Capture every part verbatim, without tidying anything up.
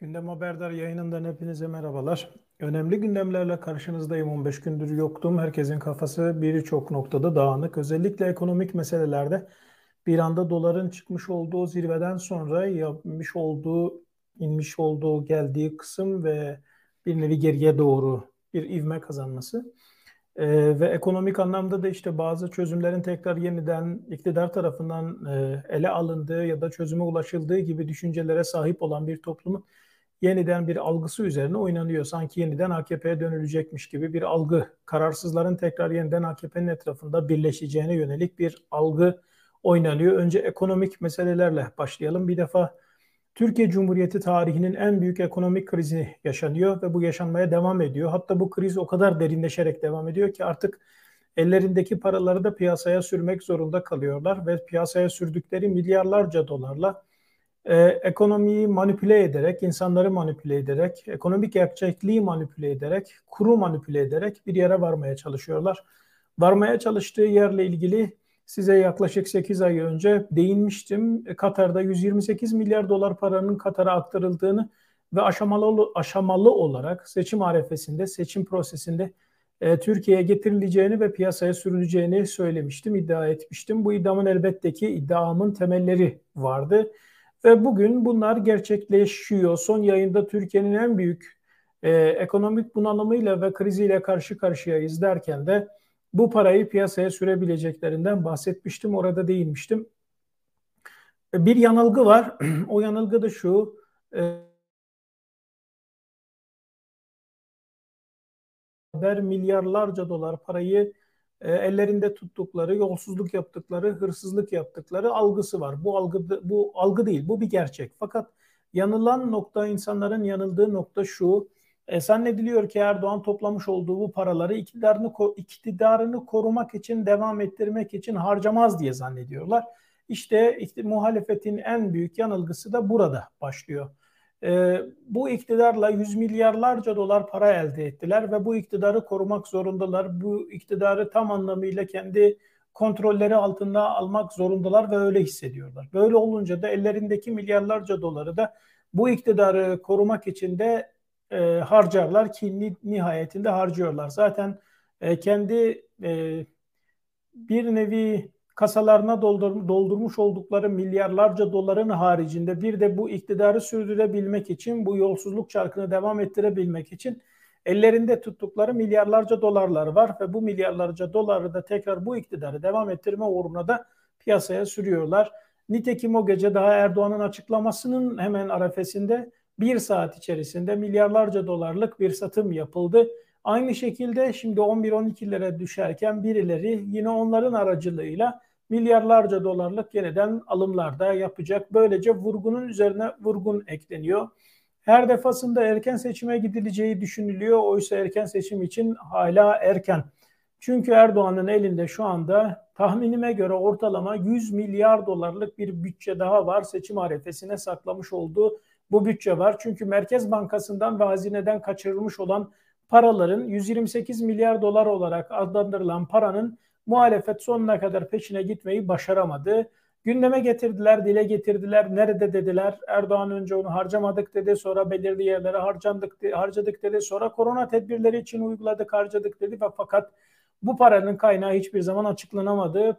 Gündem Haberdar yayınından hepinize merhabalar. Önemli gündemlerle karşınızdayım. on beş gündür yoktum. Herkesin kafası birçok noktada dağınık. Özellikle ekonomik meselelerde bir anda doların çıkmış olduğu zirveden sonra yapmış olduğu, inmiş olduğu, geldiği kısım ve bir nevi geriye doğru bir ivme kazanması. Ee, ve ekonomik anlamda da işte bazı çözümlerin tekrar yeniden iktidar tarafından e, ele alındığı ya da çözüme ulaşıldığı gibi düşüncelere sahip olan bir toplumun yeniden bir algısı üzerine oynanıyor. Sanki yeniden A K P'ye dönülecekmiş gibi bir algı. Kararsızların tekrar yeniden A K P'nin etrafında birleşeceğine yönelik bir algı oynanıyor. Önce ekonomik meselelerle başlayalım. Bir defa Türkiye Cumhuriyeti tarihinin en büyük ekonomik krizi yaşanıyor ve bu yaşanmaya devam ediyor. Hatta bu kriz o kadar derinleşerek devam ediyor ki artık ellerindeki paraları da piyasaya sürmek zorunda kalıyorlar ve piyasaya sürdükleri milyarlarca dolarla e, ekonomiyi manipüle ederek, insanları manipüle ederek, ekonomik gerçekliği manipüle ederek, kuru manipüle ederek bir yere varmaya çalışıyorlar. Varmaya çalıştığı yerle ilgili size yaklaşık sekiz ay önce değinmiştim. E, Katar'da yüz yirmi sekiz milyar dolar paranın Katar'a aktarıldığını ve aşamalı aşamalı olarak seçim arefesinde, seçim prosesinde e, Türkiye'ye getirileceğini ve piyasaya sürüleceğini söylemiştim, iddia etmiştim. Bu iddiamın elbette ki iddiamın temelleri vardı. Ve bugün bunlar gerçekleşiyor. Son yayında Türkiye'nin en büyük e, ekonomik bunalımıyla ve kriziyle karşı karşıyayız derken de bu parayı piyasaya sürebileceklerinden bahsetmiştim. Orada değinmiştim. Bir yanılgı var. O yanılgı da şu. E, milyarlarca dolar parayı e, ellerinde tuttukları, yolsuzluk yaptıkları, hırsızlık yaptıkları algısı var. Bu algı bu algı değil, bu bir gerçek. Fakat yanılan nokta, insanların yanıldığı nokta şu. E, zannediliyor ki Erdoğan toplamış olduğu bu paraları iktidarını iktidarını korumak için, devam ettirmek için harcamaz diye zannediyorlar. İşte, işte muhalefetin en büyük yanılgısı da burada başlıyor. E, bu iktidarla yüz milyarlarca dolar para elde ettiler ve bu iktidarı korumak zorundalar. Bu iktidarı tam anlamıyla kendi kontrolleri altında almak zorundalar ve öyle hissediyorlar. Böyle olunca da ellerindeki milyarlarca doları da bu iktidarı korumak için de e, harcarlar ki nihayetinde harcıyorlar. Zaten e, kendi e, bir nevi kasalarına doldur, doldurmuş oldukları milyarlarca doların haricinde bir de bu iktidarı sürdürebilmek için, bu yolsuzluk çarkını devam ettirebilmek için ellerinde tuttukları milyarlarca dolarlar var ve bu milyarlarca doları da tekrar bu iktidarı devam ettirme uğruna da piyasaya sürüyorlar. Nitekim o gece daha Erdoğan'ın açıklamasının hemen arefesinde bir saat içerisinde milyarlarca dolarlık bir satım yapıldı. Aynı şekilde şimdi on bir on iki lira düşerken birileri yine onların aracılığıyla milyarlarca dolarlık yeniden alımlar da yapacak. Böylece vurgunun üzerine vurgun ekleniyor. Her defasında erken seçime gidileceği düşünülüyor. Oysa erken seçim için hala erken. Çünkü Erdoğan'ın elinde şu anda tahminime göre ortalama yüz milyar dolarlık bir bütçe daha var. Seçim arefesine saklamış olduğu bu bütçe var. Çünkü Merkez Bankası'ndan ve hazineden kaçırılmış olan paraların yüz yirmi sekiz milyar dolar olarak adlandırılan paranın muhalefet sonuna kadar peşine gitmeyi başaramadı. Gündeme getirdiler, dile getirdiler. Nerede dediler? Erdoğan önce onu harcamadık dedi. Sonra belirli yerlere harcandık, harcadık dedi. Sonra korona tedbirleri için uyguladık, harcadık dedi. Ve fakat bu paranın kaynağı hiçbir zaman açıklanamadı.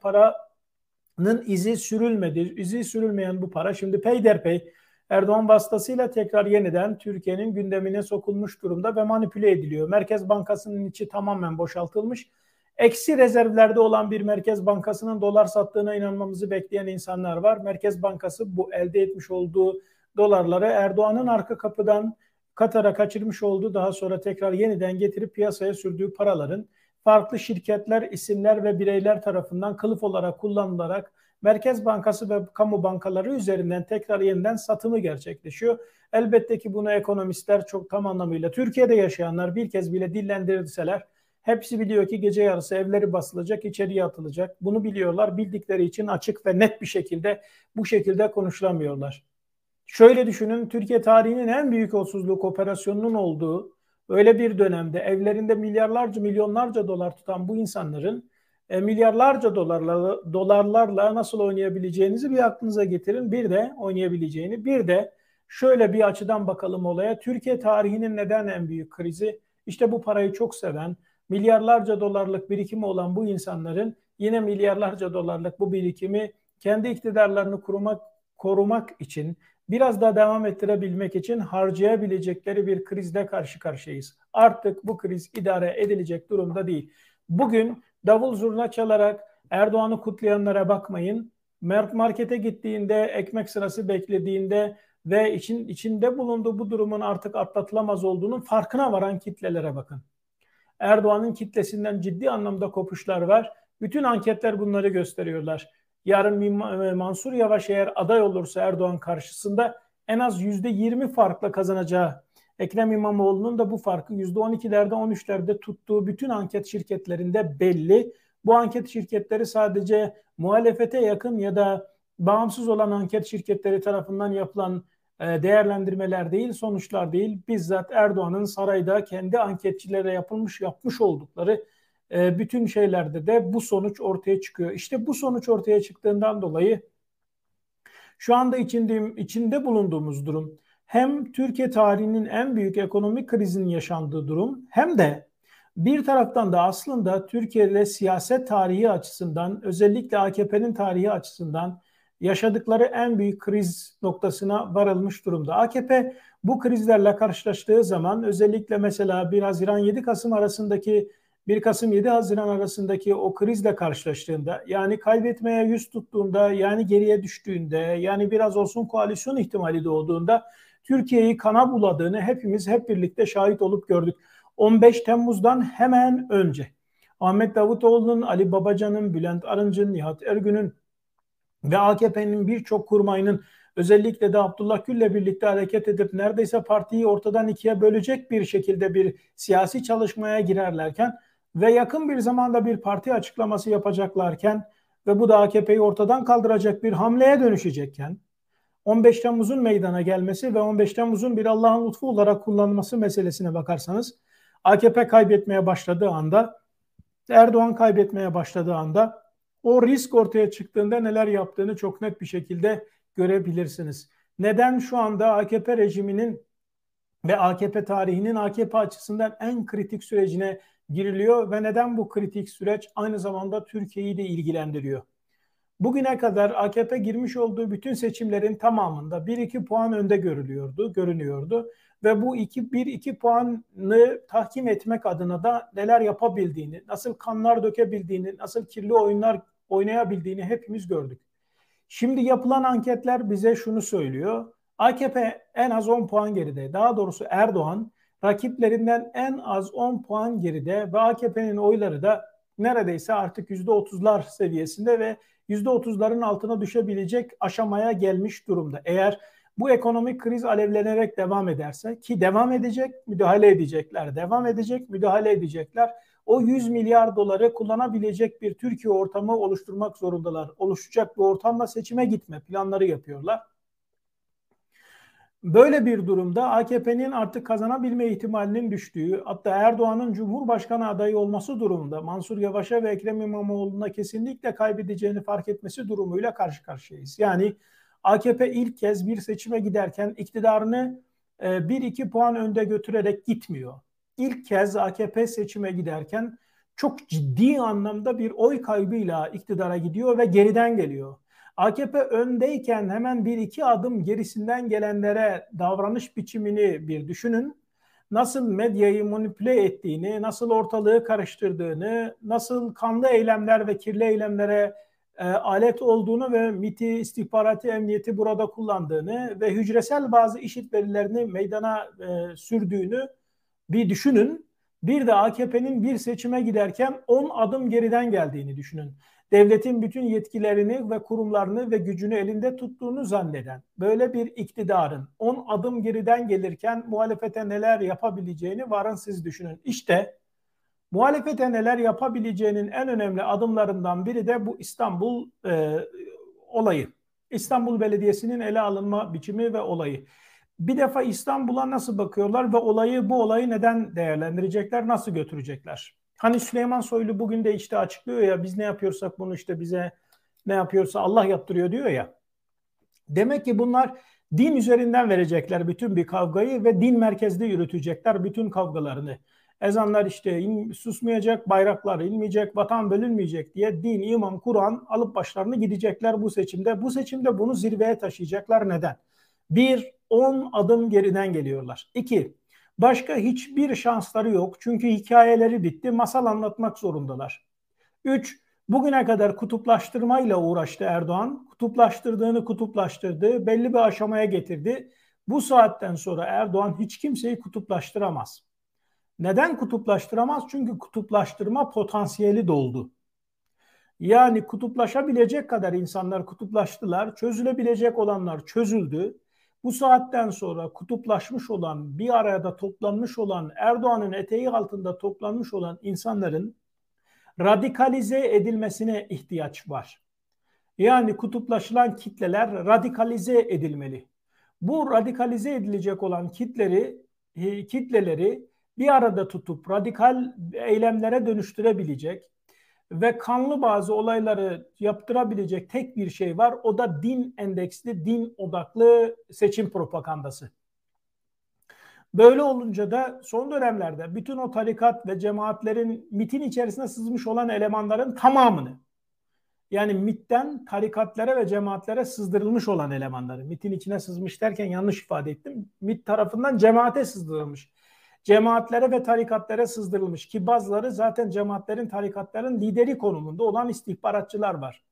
Paranın izi sürülmedi. İzi sürülmeyen bu para şimdi peyderpey Erdoğan vasıtasıyla tekrar yeniden Türkiye'nin gündemine sokulmuş durumda ve manipüle ediliyor. Merkez Bankası'nın içi tamamen boşaltılmış. Eksi rezervlerde olan bir Merkez Bankası'nın dolar sattığına inanmamızı bekleyen insanlar var. Merkez Bankası bu elde etmiş olduğu dolarları Erdoğan'ın arka kapıdan Katar'a kaçırmış olduğu, daha sonra tekrar yeniden getirip piyasaya sürdüğü paraların farklı şirketler, isimler ve bireyler tarafından kılıf olarak kullanılarak Merkez Bankası ve kamu bankaları üzerinden tekrar yeniden satımı gerçekleşiyor. Elbette ki bunu ekonomistler çok tam anlamıyla Türkiye'de yaşayanlar bir kez bile dillendirseler hepsi biliyor ki gece yarısı evleri basılacak, içeriye atılacak. Bunu biliyorlar. Bildikleri için açık ve net bir şekilde bu şekilde konuşulamıyorlar. Şöyle düşünün, Türkiye tarihinin en büyük yolsuzluk operasyonunun olduğu öyle bir dönemde evlerinde milyarlarca, milyonlarca dolar tutan bu insanların e, milyarlarca dolarla, dolarlarla nasıl oynayabileceğinizi bir aklınıza getirin. Bir de oynayabileceğini, bir de Şöyle bir açıdan bakalım olaya. Türkiye tarihinin neden en büyük krizi? İşte bu parayı çok seven, milyarlarca dolarlık birikimi olan bu insanların yine milyarlarca dolarlık bu birikimi kendi iktidarlarını korumak, korumak için, biraz daha devam ettirebilmek için harcayabilecekleri bir krizle karşı karşıyayız. Artık bu kriz idare edilecek durumda değil. Bugün davul zurna çalarak Erdoğan'ı kutlayanlara bakmayın. Markete gittiğinde, ekmek sırası beklediğinde ve için, içinde bulunduğu bu durumun artık atlatılamaz olduğunun farkına varan kitlelere bakın. Erdoğan'ın kitlesinden ciddi anlamda kopuşlar var. Bütün anketler bunları gösteriyorlar. Yarın Mansur Yavaş eğer aday olursa Erdoğan karşısında en az yüzde yirmi farkla kazanacağı, Ekrem İmamoğlu'nun da bu farkı yüzde on ikilerde on üçlerde tuttuğu bütün anket şirketlerinde belli. Bu anket şirketleri sadece muhalefete yakın ya da bağımsız olan anket şirketleri tarafından yapılan değerlendirmeler değil, sonuçlar değil. Bizzat Erdoğan'ın sarayda kendi anketçilere yapılmış yapmış oldukları bütün şeylerde de bu sonuç ortaya çıkıyor. İşte bu sonuç ortaya çıktığından dolayı şu anda içinde, içinde bulunduğumuz durum hem Türkiye tarihinin en büyük ekonomik krizinin yaşandığı durum hem de bir taraftan da aslında Türkiye'de siyaset tarihi açısından, özellikle A K P'nin tarihi açısından yaşadıkları en büyük kriz noktasına varılmış durumda. A K P bu krizlerle karşılaştığı zaman özellikle mesela bir Haziran yedi Kasım arasındaki bir Kasım yedi Haziran arasındaki o krizle karşılaştığında, yani kaybetmeye yüz tuttuğunda, yani geriye düştüğünde, yani biraz olsun koalisyon ihtimali doğduğunda Türkiye'yi kana buladığını hepimiz hep birlikte şahit olup gördük. on beş Temmuz'dan hemen önce Ahmet Davutoğlu'nun, Ali Babacan'ın, Bülent Arınç'ın, Nihat Ergün'ün ve A K P'nin birçok kurmayının özellikle de Abdullah Gül'le birlikte hareket edip neredeyse partiyi ortadan ikiye bölecek bir şekilde bir siyasi çalışmaya girerlerken ve yakın bir zamanda bir parti açıklaması yapacaklarken ve bu da A K P'yi ortadan kaldıracak bir hamleye dönüşecekken on beş Temmuz'un meydana gelmesi ve on beş Temmuz'un bir Allah'ın lütfu olarak kullanılması meselesine bakarsanız A K P kaybetmeye başladığı anda, Erdoğan kaybetmeye başladığı anda o risk ortaya çıktığında neler yaptığını çok net bir şekilde görebilirsiniz. Neden şu anda A K P rejiminin ve A K P tarihinin A K P açısından en kritik sürecine giriliyor ve neden bu kritik süreç aynı zamanda Türkiye'yi de ilgilendiriyor? Bugüne kadar A K P girmiş olduğu bütün seçimlerin tamamında bir iki puan önde görülüyordu, görünüyordu ve bu iki bir iki puanı tahkim etmek adına da neler yapabildiğini, nasıl kanlar dökebildiğini, nasıl kirli oyunlar oynayabildiğini hepimiz gördük. Şimdi yapılan anketler bize şunu söylüyor. A K P en az on puan geride. Daha doğrusu Erdoğan rakiplerinden en az on puan geride ve A K P'nin oyları da neredeyse artık yüzde otuzlar seviyesinde ve yüzde otuzların altına düşebilecek aşamaya gelmiş durumda. Eğer bu ekonomik kriz alevlenerek devam ederse, ki devam edecek, müdahale edecekler, devam edecek, müdahale edecekler. O yüz milyar doları kullanabilecek bir Türkiye ortamı oluşturmak zorundalar. Oluşacak bir ortamla seçime gitme planları yapıyorlar. Böyle bir durumda A K P'nin artık kazanabilme ihtimalinin düştüğü, hatta Erdoğan'ın Cumhurbaşkanı adayı olması durumunda Mansur Yavaş'a ve Ekrem İmamoğlu'na kesinlikle kaybedeceğini fark etmesi durumuyla karşı karşıyayız. Yani A K P ilk kez bir seçime giderken iktidarını bir iki puan önde götürerek gitmiyor. İlk kez A K P seçime giderken çok ciddi anlamda bir oy kaybıyla iktidara gidiyor ve geriden geliyor. A K P öndeyken hemen bir iki adım gerisinden gelenlere davranış biçimini bir düşünün. Nasıl medyayı manipüle ettiğini, nasıl ortalığı karıştırdığını, nasıl kanlı eylemler ve kirli eylemlere e, alet olduğunu ve MİT'i, istihbaratı, emniyeti burada kullandığını ve hücresel bazı IŞİD verilerini meydana e, sürdüğünü bir düşünün. Bir de A K P'nin bir seçime giderken on adım geriden geldiğini düşünün. Devletin bütün yetkilerini ve kurumlarını ve gücünü elinde tuttuğunu zanneden böyle bir iktidarın on adım geriden gelirken muhalefete neler yapabileceğini varın siz düşünün. İşte muhalefete neler yapabileceğinin en önemli adımlarından biri de bu İstanbul e, olayı. İstanbul Belediyesi'nin ele alınma biçimi ve olayı. Bir defa İstanbul'a nasıl bakıyorlar ve olayı bu olayı neden değerlendirecekler, nasıl götürecekler? Hani Süleyman Soylu bugün de işte açıklıyor ya, biz ne yapıyorsak bunu işte bize ne yapıyorsa Allah yaptırıyor diyor ya. Demek ki bunlar Din üzerinden verecekler bütün bir kavgayı ve din merkezli yürütecekler bütün kavgalarını. Ezanlar işte in, susmayacak, bayraklar inmeyecek, vatan bölünmeyecek diye din, iman, Kur'an alıp başlarını gidecekler bu seçimde. Bu seçimde bunu zirveye taşıyacaklar. Neden? Bir, on adım geriden geliyorlar. İki, başka hiçbir şansları yok. Çünkü hikayeleri bitti. Masal anlatmak zorundalar. Üç, bugüne kadar kutuplaştırmayla uğraştı Erdoğan. Kutuplaştırdığını kutuplaştırdı. Belli bir aşamaya getirdi. Bu saatten sonra Erdoğan hiç kimseyi kutuplaştıramaz. Neden kutuplaştıramaz? Çünkü kutuplaştırma potansiyeli doldu. Yani kutuplaşabilecek kadar insanlar kutuplaştılar. Çözülebilecek olanlar çözüldü. Bu saatten sonra kutuplaşmış olan, bir arada toplanmış olan, Erdoğan'ın eteği altında toplanmış olan insanların radikalize edilmesine ihtiyaç var. Yani kutuplaşılan kitleler radikalize edilmeli. Bu radikalize edilecek olan kitleri, kitleleri bir arada tutup radikal eylemlere dönüştürebilecek ve kanlı bazı olayları yaptırabilecek tek bir şey var. O da din endeksli, din odaklı seçim propagandası. Böyle olunca da son dönemlerde bütün o tarikat ve cemaatlerin MİT'in içerisine sızmış olan elemanların tamamını, yani MİT'ten tarikatlara ve cemaatlere sızdırılmış olan elemanları, MİT'in içine sızmış derken yanlış ifade ettim, MİT tarafından cemaate sızdırılmış, cemaatlere ve tarikatlara sızdırılmış ki bazıları zaten cemaatlerin, tarikatların lideri konumunda olan istihbaratçılar var.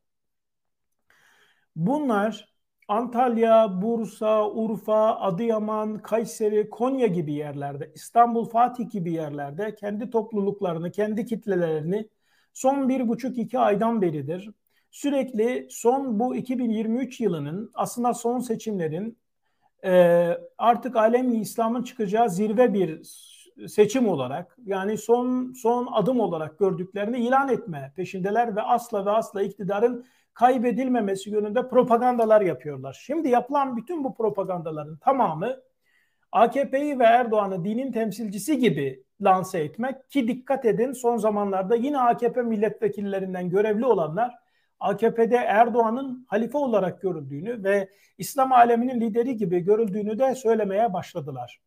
Bunlar Antalya, Bursa, Urfa, Adıyaman, Kayseri, Konya gibi yerlerde, İstanbul, Fatih gibi yerlerde kendi topluluklarını, kendi kitlelerini son bir buçuk iki aydan beridir sürekli son bu iki bin yirmi üç yılının aslında son seçimlerin e, artık alemi İslam'ın çıkacağı zirve bir seçim olarak, yani son son adım olarak gördüklerini ilan etme peşindeler ve asla ve asla iktidarın kaybedilmemesi yönünde propagandalar yapıyorlar. Şimdi yapılan bütün bu propagandaların tamamı A K P'yi ve Erdoğan'ı dinin temsilcisi gibi lanse etmek ki dikkat edin son zamanlarda yine A K P milletvekillerinden görevli olanlar A K P'de Erdoğan'ın halife olarak görüldüğünü ve İslam aleminin lideri gibi görüldüğünü de söylemeye başladılar.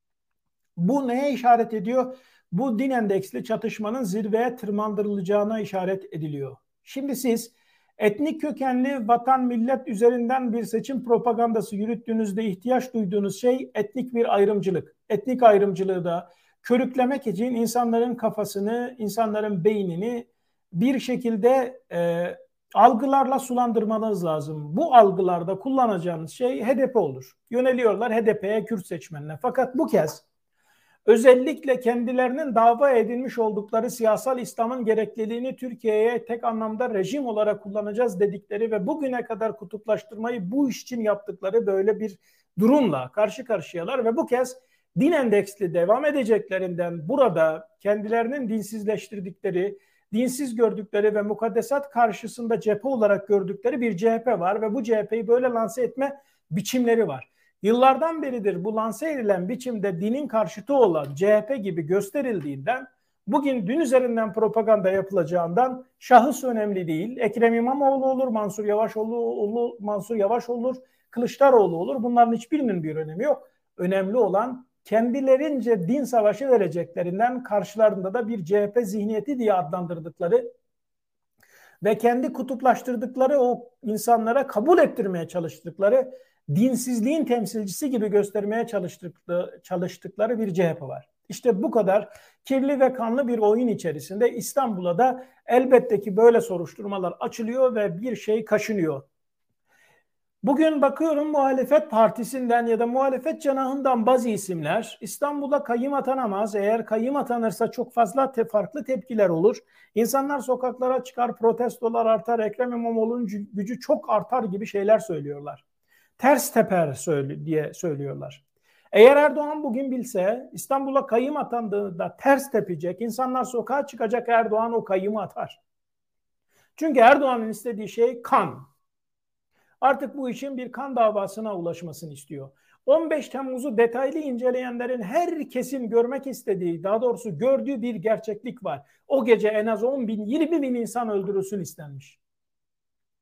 Bu neye işaret ediyor? Bu din endeksli çatışmanın zirveye tırmandırılacağına işaret ediliyor. Şimdi siz etnik kökenli vatan millet üzerinden bir seçim propagandası yürüttüğünüzde ihtiyaç duyduğunuz şey etnik bir ayrımcılık. Etnik ayrımcılığı da körüklemek için insanların kafasını, insanların beynini bir şekilde e, algılarla sulandırmanız lazım. Bu algılarda kullanacağınız şey H D P olur. Yöneliyorlar H D P'ye, Kürt seçmenine. Fakat bu kez özellikle kendilerinin dava edilmiş oldukları siyasal İslam'ın gerekliliğini Türkiye'ye tek anlamda rejim olarak kullanacağız dedikleri ve bugüne kadar kutuplaştırmayı bu iş için yaptıkları böyle bir durumla karşı karşıyalar ve bu kez din endeksli devam edeceklerinden burada kendilerinin dinsizleştirdikleri, dinsiz gördükleri ve mukaddesat karşısında cephe olarak gördükleri bir C H P var ve bu C H P'yi böyle lanse etme biçimleri var. Yıllardan beridir bu lanse edilen biçimde dinin karşıtı olan C H P gibi gösterildiğinden bugün dün üzerinden propaganda yapılacağından şahıs önemli değil. Ekrem İmamoğlu olur, Mansur Yavaşoğlu olur, Mansur Yavaş olur, Kılıçdaroğlu olur. Bunların hiçbirinin bir önemi yok. Önemli olan kendilerince din savaşı vereceklerinden karşılarında da bir C H P zihniyeti diye adlandırdıkları ve kendi kutuplaştırdıkları o insanlara kabul ettirmeye çalıştıkları dinsizliğin temsilcisi gibi göstermeye çalıştıkları, çalıştıkları bir C H P var. İşte bu kadar kirli ve kanlı bir oyun içerisinde İstanbul'a da elbette ki böyle soruşturmalar açılıyor ve bir şey kaşınıyor. Bugün bakıyorum muhalefet partisinden ya da muhalefet cenahından bazı isimler İstanbul'a kayyım atanamaz. Eğer kayyım atanırsa çok fazla te farklı tepkiler olur. İnsanlar sokaklara çıkar, protestolar artar, Ekrem İmamoğlu'nun gücü çok artar gibi şeyler söylüyorlar. Ters teper söyle, diye söylüyorlar. Eğer Erdoğan bugün bilse İstanbul'a kayyım atandığında ters tepecek, insanlar sokağa çıkacak, Erdoğan o kayyımı atar. Çünkü Erdoğan'ın istediği şey kan. Artık bu işin bir kan davasına ulaşmasını istiyor. on beş Temmuz'u detaylı inceleyenlerin herkesin görmek istediği, daha doğrusu gördüğü bir gerçeklik var. O gece en az on bin, yirmi bin insan öldürülsün istenmiş.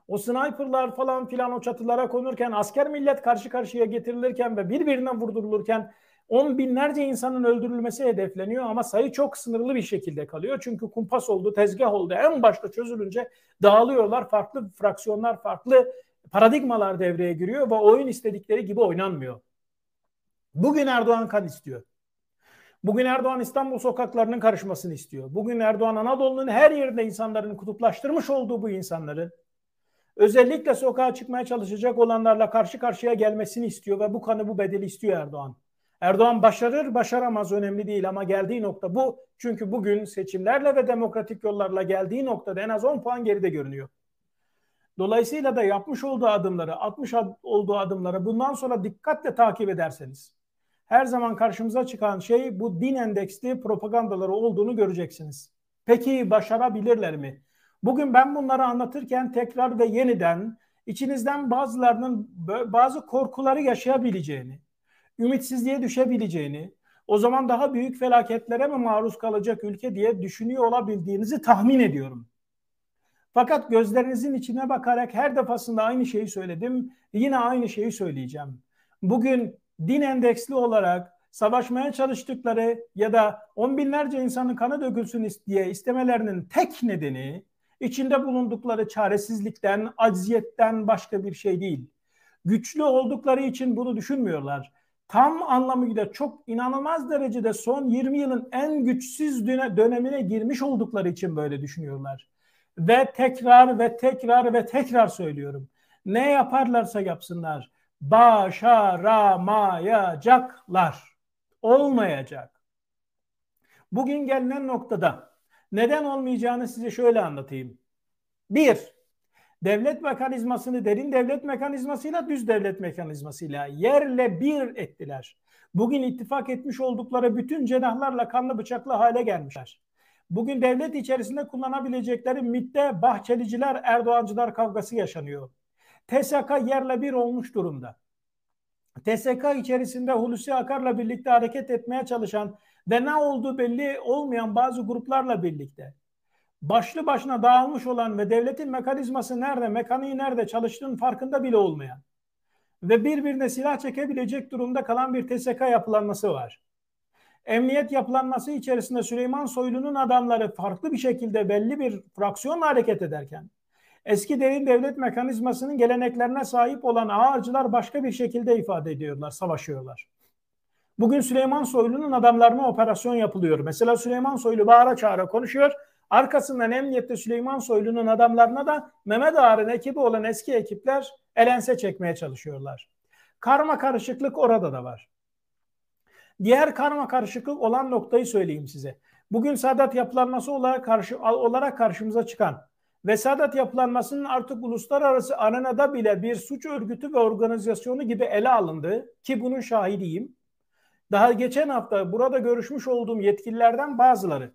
O sniperlar falan filan o çatılara konurken, asker millet karşı karşıya getirilirken ve birbirine vurdurulurken on binlerce insanın öldürülmesi hedefleniyor ama sayı çok sınırlı bir şekilde kalıyor. Çünkü kumpas oldu, tezgah oldu. En başta çözülünce dağılıyorlar. Farklı fraksiyonlar, farklı paradigmalar devreye giriyor ve oyun istedikleri gibi oynanmıyor. Bugün Erdoğan kan istiyor. Bugün Erdoğan İstanbul sokaklarının karışmasını istiyor. Bugün Erdoğan Anadolu'nun her yerinde insanların kutuplaştırmış olduğu bu insanların özellikle sokağa çıkmaya çalışacak olanlarla karşı karşıya gelmesini istiyor ve bu kanı bu bedeli istiyor Erdoğan. Erdoğan başarır başaramaz önemli değil ama geldiği nokta bu. Çünkü bugün seçimlerle ve demokratik yollarla geldiği noktada en az on puan geride görünüyor. Dolayısıyla da yapmış olduğu adımları, atmış olduğu adımları bundan sonra dikkatle takip ederseniz her zaman karşımıza çıkan şey bu din endeksli propagandaları olduğunu göreceksiniz. Peki başarabilirler mi? Bugün ben bunları anlatırken tekrar ve yeniden içinizden bazılarının bazı korkuları yaşayabileceğini, ümitsizliğe düşebileceğini, o zaman daha büyük felaketlere mi maruz kalacak ülke diye düşünüyor olabildiğinizi tahmin ediyorum. Fakat gözlerinizin içine bakarak her defasında aynı şeyi söyledim, yine aynı şeyi söyleyeceğim. Bugün din endeksli olarak savaşmaya çalıştıkları ya da on binlerce insanın kanı dökülsün diye istemelerinin tek nedeni içinde bulundukları çaresizlikten, acziyetten başka bir şey değil. Güçlü oldukları için bunu düşünmüyorlar. Tam anlamıyla çok inanılmaz derecede son yirmi yılın en güçsüz dönemine girmiş oldukları için böyle düşünüyorlar. Ve tekrar ve tekrar ve tekrar söylüyorum. Ne yaparlarsa yapsınlar başaramayacaklar. Olmayacak. Bugün gelinen noktada neden olmayacağını size şöyle anlatayım. Bir, devlet mekanizmasını derin devlet mekanizmasıyla düz devlet mekanizmasıyla yerle bir ettiler. Bugün ittifak etmiş oldukları bütün cenahlarla kanlı bıçaklı hale gelmişler. Bugün devlet içerisinde kullanabilecekleri MİT'te Bahçeliciler, Erdoğancılar kavgası yaşanıyor. T S K yerle bir olmuş durumda. T S K içerisinde Hulusi Akar'la birlikte hareket etmeye çalışan ve ne olduğu belli olmayan bazı gruplarla birlikte başlı başına dağılmış olan ve devletin mekanizması nerede, mekaniği nerede çalıştığının farkında bile olmayan ve birbirine silah çekebilecek durumda kalan bir T S K yapılanması var. Emniyet yapılanması içerisinde Süleyman Soylu'nun adamları farklı bir şekilde belli bir fraksiyonla hareket ederken eski derin devlet mekanizmasının geleneklerine sahip olan ağırcılar başka bir şekilde ifade ediyorlar, savaşıyorlar. Bugün Süleyman Soylu'nun adamlarına operasyon yapılıyor. Mesela Süleyman Soylu bağıra çağıra konuşuyor. Arkasından emniyette Süleyman Soylu'nun adamlarına da Mehmet Ağar'ın ekibi olan eski ekipler elense çekmeye çalışıyorlar. Karma karışıklık orada da var. Diğer karma karışıklık olan noktayı söyleyeyim size. Bugün Sadat yapılanması olarak, karşı, olarak karşımıza çıkan ve Sadat yapılanmasının artık uluslararası arenada bile bir suç örgütü ve organizasyonu gibi ele alındı ki bunun şahidiyim. Daha geçen hafta burada görüşmüş olduğum yetkililerden bazıları,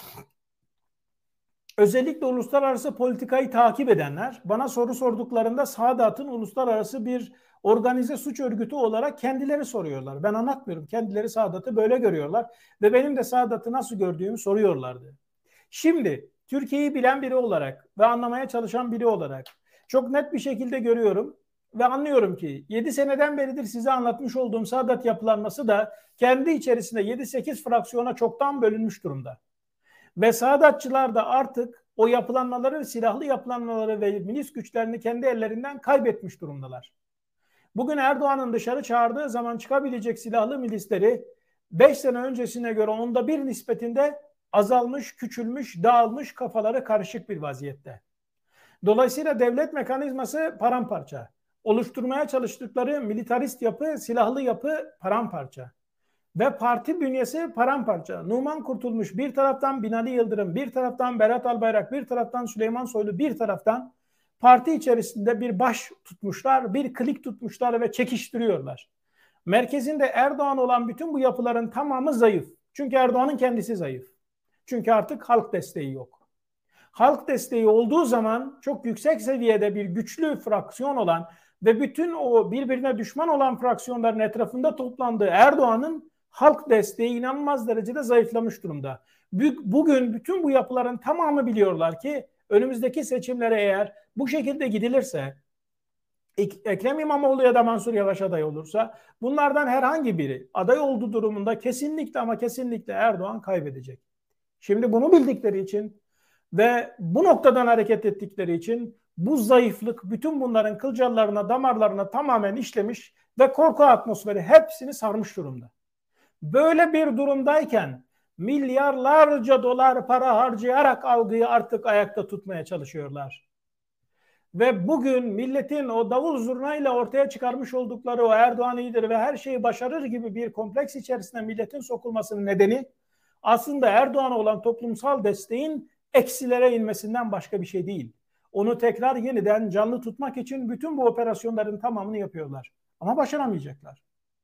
özellikle uluslararası politikayı takip edenler bana soru sorduklarında Sadat'ın uluslararası bir organize suç örgütü olarak kendileri soruyorlar. Ben anlatmıyorum. Kendileri Sadat'ı böyle görüyorlar ve benim de Sadat'ı nasıl gördüğümü soruyorlardı. Şimdi Türkiye'yi bilen biri olarak ve anlamaya çalışan biri olarak çok net bir şekilde görüyorum ve anlıyorum ki yedi seneden beridir size anlatmış olduğum Sadat yapılanması da kendi içerisinde yedi sekiz fraksiyona çoktan bölünmüş durumda. Ve Sadatçılar da artık o yapılanmaları, silahlı yapılanmaları ve milis güçlerini kendi ellerinden kaybetmiş durumdalar. Bugün Erdoğan'ın dışarı çağırdığı zaman çıkabilecek silahlı milisleri beş sene öncesine göre onda bir nispetinde azalmış, küçülmüş, dağılmış, kafaları karışık bir vaziyette. Dolayısıyla devlet mekanizması paramparça. Oluşturmaya çalıştıkları militarist yapı, silahlı yapı paramparça. Ve parti bünyesi paramparça. Numan Kurtulmuş bir taraftan, Binali Yıldırım bir taraftan, Berat Albayrak bir taraftan, Süleyman Soylu bir taraftan parti içerisinde bir baş tutmuşlar, bir klik tutmuşlar ve çekiştiriyorlar. Merkezinde Erdoğan olan bütün bu yapıların tamamı zayıf. Çünkü Erdoğan'ın kendisi zayıf. Çünkü artık halk desteği yok. Halk desteği olduğu zaman çok yüksek seviyede bir güçlü fraksiyon olan ve bütün o birbirine düşman olan fraksiyonların etrafında toplandığı Erdoğan'ın halk desteği inanılmaz derecede zayıflamış durumda. Bugün bütün bu yapıların tamamı biliyorlar ki önümüzdeki seçimlere eğer bu şekilde gidilirse, Ekrem İmamoğlu ya da Mansur Yavaş aday olursa bunlardan herhangi biri aday olduğu durumunda kesinlikle ama kesinlikle Erdoğan kaybedecek. Şimdi bunu bildikleri için ve bu noktadan hareket ettikleri için bu zayıflık bütün bunların kılcallarına, damarlarına tamamen işlemiş ve korku atmosferi hepsini sarmış durumda. Böyle bir durumdayken milyarlarca dolar para harcayarak algıyı artık ayakta tutmaya çalışıyorlar. Ve bugün milletin o davul zurnayla ortaya çıkarmış oldukları o Erdoğan iyidir ve her şeyi başarır gibi bir kompleks içerisine milletin sokulmasının nedeni aslında Erdoğan'a olan toplumsal desteğin eksilere inmesinden başka bir şey değil. Onu tekrar yeniden canlı tutmak için bütün bu operasyonların tamamını yapıyorlar. Ama başaramayacaklar.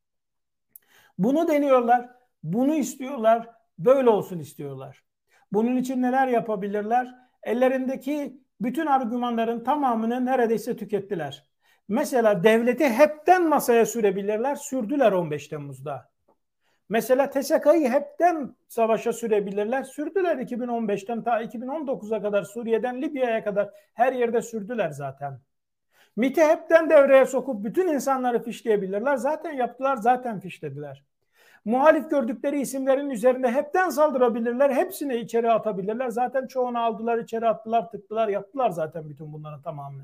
Bunu deniyorlar, bunu istiyorlar, böyle olsun istiyorlar. Bunun için neler yapabilirler? Ellerindeki bütün argümanların tamamını neredeyse tükettiler. Mesela devleti hepten masaya sürebilirler, sürdüler on beş Temmuz'da. Mesela T S K'yı hepten savaşa sürebilirler, sürdüler iki bin on beşten ta iki bin on dokuza kadar, Suriye'den Libya'ya kadar her yerde sürdüler zaten. MİT'i hepten devreye sokup bütün insanları fişleyebilirler, zaten yaptılar, zaten fişlediler. Muhalif gördükleri isimlerin üzerinde hepten saldırabilirler, hepsini içeri atabilirler. Zaten çoğunu aldılar, içeri attılar, tıktılar, yaptılar zaten bütün bunların tamamını.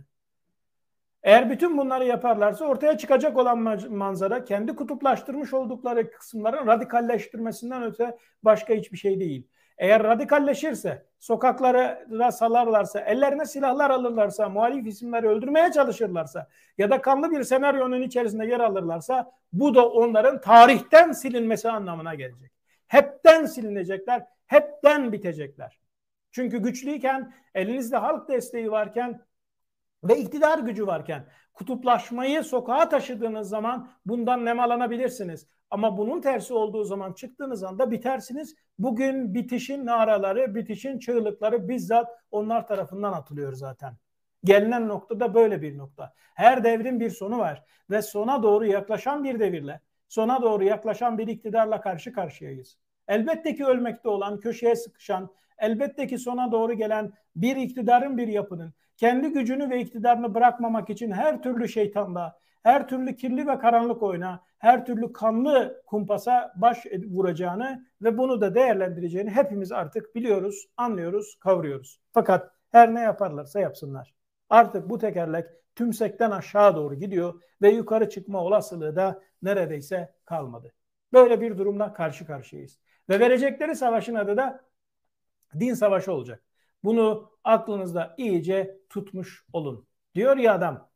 Eğer bütün bunları yaparlarsa ortaya çıkacak olan manzara kendi kutuplaştırmış oldukları kısımların radikalleştirmesinden öte başka hiçbir şey değil. Eğer radikalleşirse, sokaklara salarlarsa, ellerine silahlar alırlarsa, muhalif isimleri öldürmeye çalışırlarsa ya da kanlı bir senaryonun içerisinde yer alırlarsa bu da onların tarihten silinmesi anlamına gelecek. Hepten silinecekler, hepten bitecekler. Çünkü güçlüyken, elinizde halk desteği varken ve iktidar gücü varken kutuplaşmayı sokağa taşıdığınız zaman bundan nemalanabilirsiniz. Ama bunun tersi olduğu zaman çıktığınız anda bitersiniz. Bugün bitişin naraları, bitişin çığlıkları bizzat onlar tarafından atılıyor zaten. Gelinen noktada böyle bir nokta. Her devrin bir sonu var ve sona doğru yaklaşan bir devirle, sona doğru yaklaşan bir iktidarla karşı karşıyayız. Elbette ki ölmekte olan, köşeye sıkışan, elbette ki sona doğru gelen bir iktidarın, bir yapının kendi gücünü ve iktidarını bırakmamak için her türlü şeytanla, her türlü kirli ve karanlık oyuna, her türlü kanlı kumpasa baş vuracağını ve bunu da değerlendireceğini hepimiz artık biliyoruz, anlıyoruz, kavruyoruz. Fakat her ne yaparlarsa yapsınlar. Artık bu tekerlek tümsekten aşağı doğru gidiyor ve yukarı çıkma olasılığı da neredeyse kalmadı. Böyle bir durumla karşı karşıyayız. Ve verecekleri savaşın adı da din savaşı olacak. Bunu aklınızda iyice tutmuş olun. Diyor ya adam,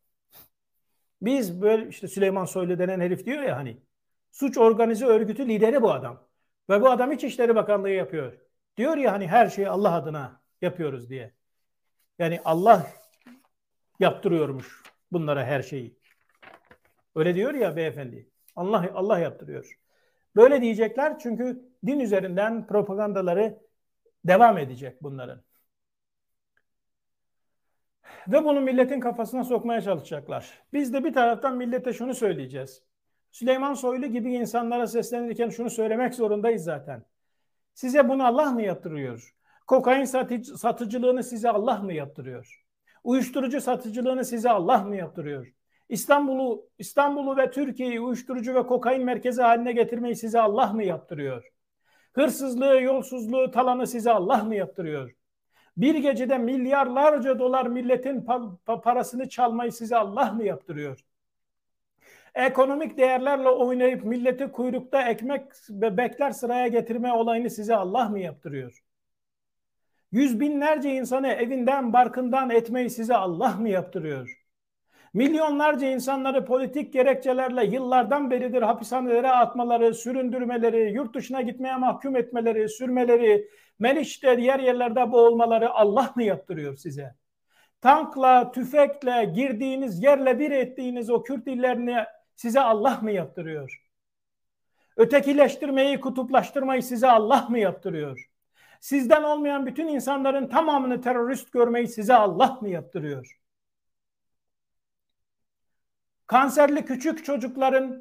biz böyle işte Süleyman Soylu denen herif diyor ya hani, suç organize örgütü lideri bu adam. Ve bu adam İçişleri Bakanlığı yapıyor. Diyor ya hani her şeyi Allah adına yapıyoruz diye. Yani Allah yaptırıyormuş bunlara her şeyi. Öyle diyor ya beyefendi. Allah Allah yaptırıyor. Böyle diyecekler çünkü din üzerinden propagandaları devam edecek bunların. Ve bunu milletin kafasına sokmaya çalışacaklar. Biz de bir taraftan millete şunu söyleyeceğiz. Süleyman Soylu gibi insanlara seslenirken şunu söylemek zorundayız zaten. Size bunu Allah mı yaptırıyor? Kokain satıcı, satıcılığını size Allah mı yaptırıyor? Uyuşturucu satıcılığını size Allah mı yaptırıyor? İstanbul'u İstanbul'u ve Türkiye'yi uyuşturucu ve kokain merkezi haline getirmeyi size Allah mı yaptırıyor? Hırsızlığı, yolsuzluğu, talanı size Allah mı yaptırıyor? Bir gecede milyarlarca dolar milletin parasını çalmayı size Allah mı yaptırıyor? Ekonomik değerlerle oynayıp milleti kuyrukta ekmek ve bekler sıraya getirme olayını size Allah mı yaptırıyor? Yüz binlerce insanı evinden barkından etmeyi size Allah mı yaptırıyor? Milyonlarca insanları politik gerekçelerle yıllardan beridir hapishanelere atmaları, süründürmeleri, yurt dışına gitmeye mahkum etmeleri, sürmeleri, Meriç'te diğer yerlerde boğulmaları Allah mı yaptırıyor size? Tankla, tüfekle girdiğiniz, yerle bir ettiğiniz o Kürt illerini size Allah mı yaptırıyor? Ötekileştirmeyi, kutuplaştırmayı size Allah mı yaptırıyor? Sizden olmayan bütün insanların tamamını terörist görmeyi size Allah mı yaptırıyor? Kanserli küçük çocukların,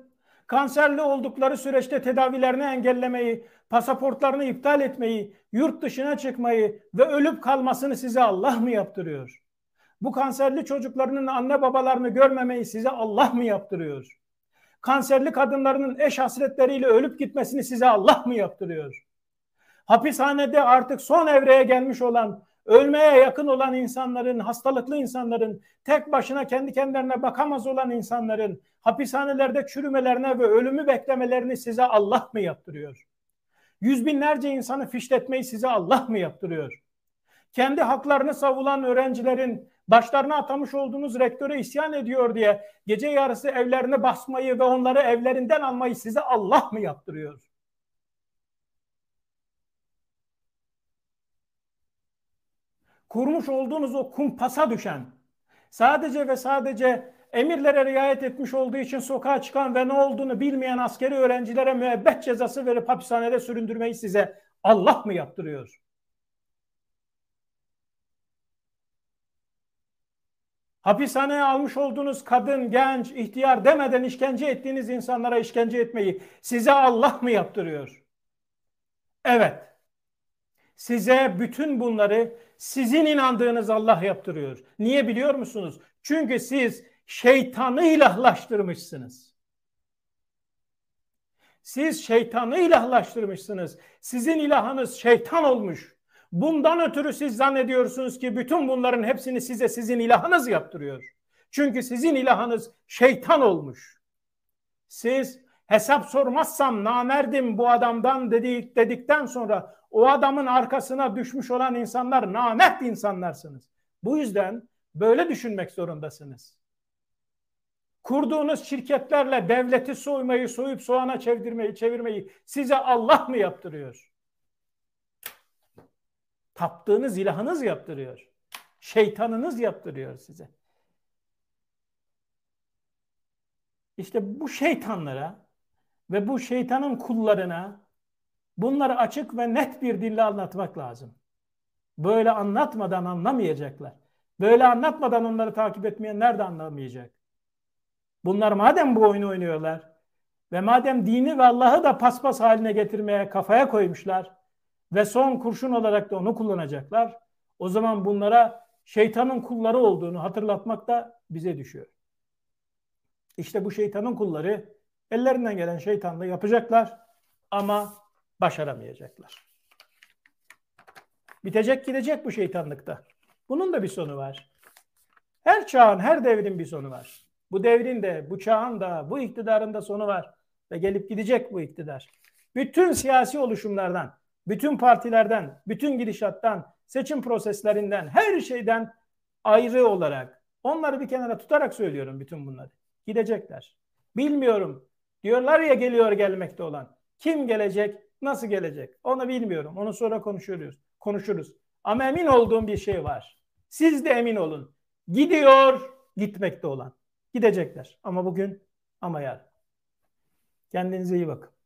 kanserli oldukları süreçte tedavilerini engellemeyi, pasaportlarını iptal etmeyi, yurt dışına çıkmayı ve ölüp kalmasını size Allah mı yaptırıyor? Bu kanserli çocuklarının anne babalarını görmemeyi size Allah mı yaptırıyor? Kanserli kadınlarının eş hasretleriyle ölüp gitmesini size Allah mı yaptırıyor? Hapishanede artık son evreye gelmiş olan, ölmeye yakın olan insanların, hastalıklı insanların, tek başına kendi kendilerine bakamaz olan insanların hapishanelerde çürümelerine ve ölümü beklemelerini size Allah mı yaptırıyor? Yüz binlerce insanı fişletmeyi size Allah mı yaptırıyor? Kendi haklarını savunan öğrencilerin başlarına atamış olduğunuz rektöre isyan ediyor diye gece yarısı evlerine basmayı ve onları evlerinden almayı size Allah mı yaptırıyor? Kurmuş olduğunuz o kumpasa düşen, sadece ve sadece emirlere riayet etmiş olduğu için sokağa çıkan ve ne olduğunu bilmeyen askeri öğrencilere müebbet cezası verip hapishanede süründürmeyi size Allah mı yaptırıyor? Hapishaneye almış olduğunuz kadın, genç, ihtiyar demeden işkence ettiğiniz insanlara işkence etmeyi size Allah mı yaptırıyor? Evet. Size bütün bunları sizin inandığınız Allah yaptırıyor. Niye biliyor musunuz? Çünkü siz şeytanı ilahlaştırmışsınız. Siz şeytanı ilahlaştırmışsınız. Sizin ilahınız şeytan olmuş. Bundan ötürü siz zannediyorsunuz ki bütün bunların hepsini size sizin ilahınız yaptırıyor. Çünkü sizin ilahınız şeytan olmuş. Siz hesap sormazsam namerdim bu adamdan dedik, dedikten sonra o adamın arkasına düşmüş olan insanlar namert insanlarsınız. Bu yüzden böyle düşünmek zorundasınız. Kurduğunuz şirketlerle devleti soymayı, soyup soğana çevirmeyi, çevirmeyi size Allah mı yaptırıyor? Taptığınız ilahınız yaptırıyor. Şeytanınız yaptırıyor size. İşte bu şeytanlara ve bu şeytanın kullarına bunları açık ve net bir dille anlatmak lazım. Böyle anlatmadan anlamayacaklar. Böyle anlatmadan onları takip etmeyenler de anlamayacak. Bunlar madem bu oyunu oynuyorlar ve madem dini ve Allah'ı da paspas haline getirmeye kafaya koymuşlar ve son kurşun olarak da onu kullanacaklar, o zaman bunlara şeytanın kulları olduğunu hatırlatmak da bize düşüyor. İşte bu şeytanın kulları ellerinden gelen şeytanlığı yapacaklar ama başaramayacaklar. Bitecek gidecek bu şeytanlıkta. Bunun da bir sonu var. Her çağın, her devrin bir sonu var. Bu devrin de, bu çağın da, bu iktidarın da sonu var. Ve gelip gidecek bu iktidar. Bütün siyasi oluşumlardan, bütün partilerden, bütün gidişattan, seçim proseslerinden, her şeyden ayrı olarak, onları bir kenara tutarak söylüyorum bütün bunları. Gidecekler. Bilmiyorum. Diyorlar ya geliyor gelmekte olan. Kim gelecek, nasıl gelecek? Onu bilmiyorum. Onu sonra konuşuyoruz. Konuşuruz. Ama emin olduğum bir şey var. Siz de emin olun. Gidiyor, gitmekte olan. Gidecekler. Ama bugün, ama yarın. Kendinize iyi bakın.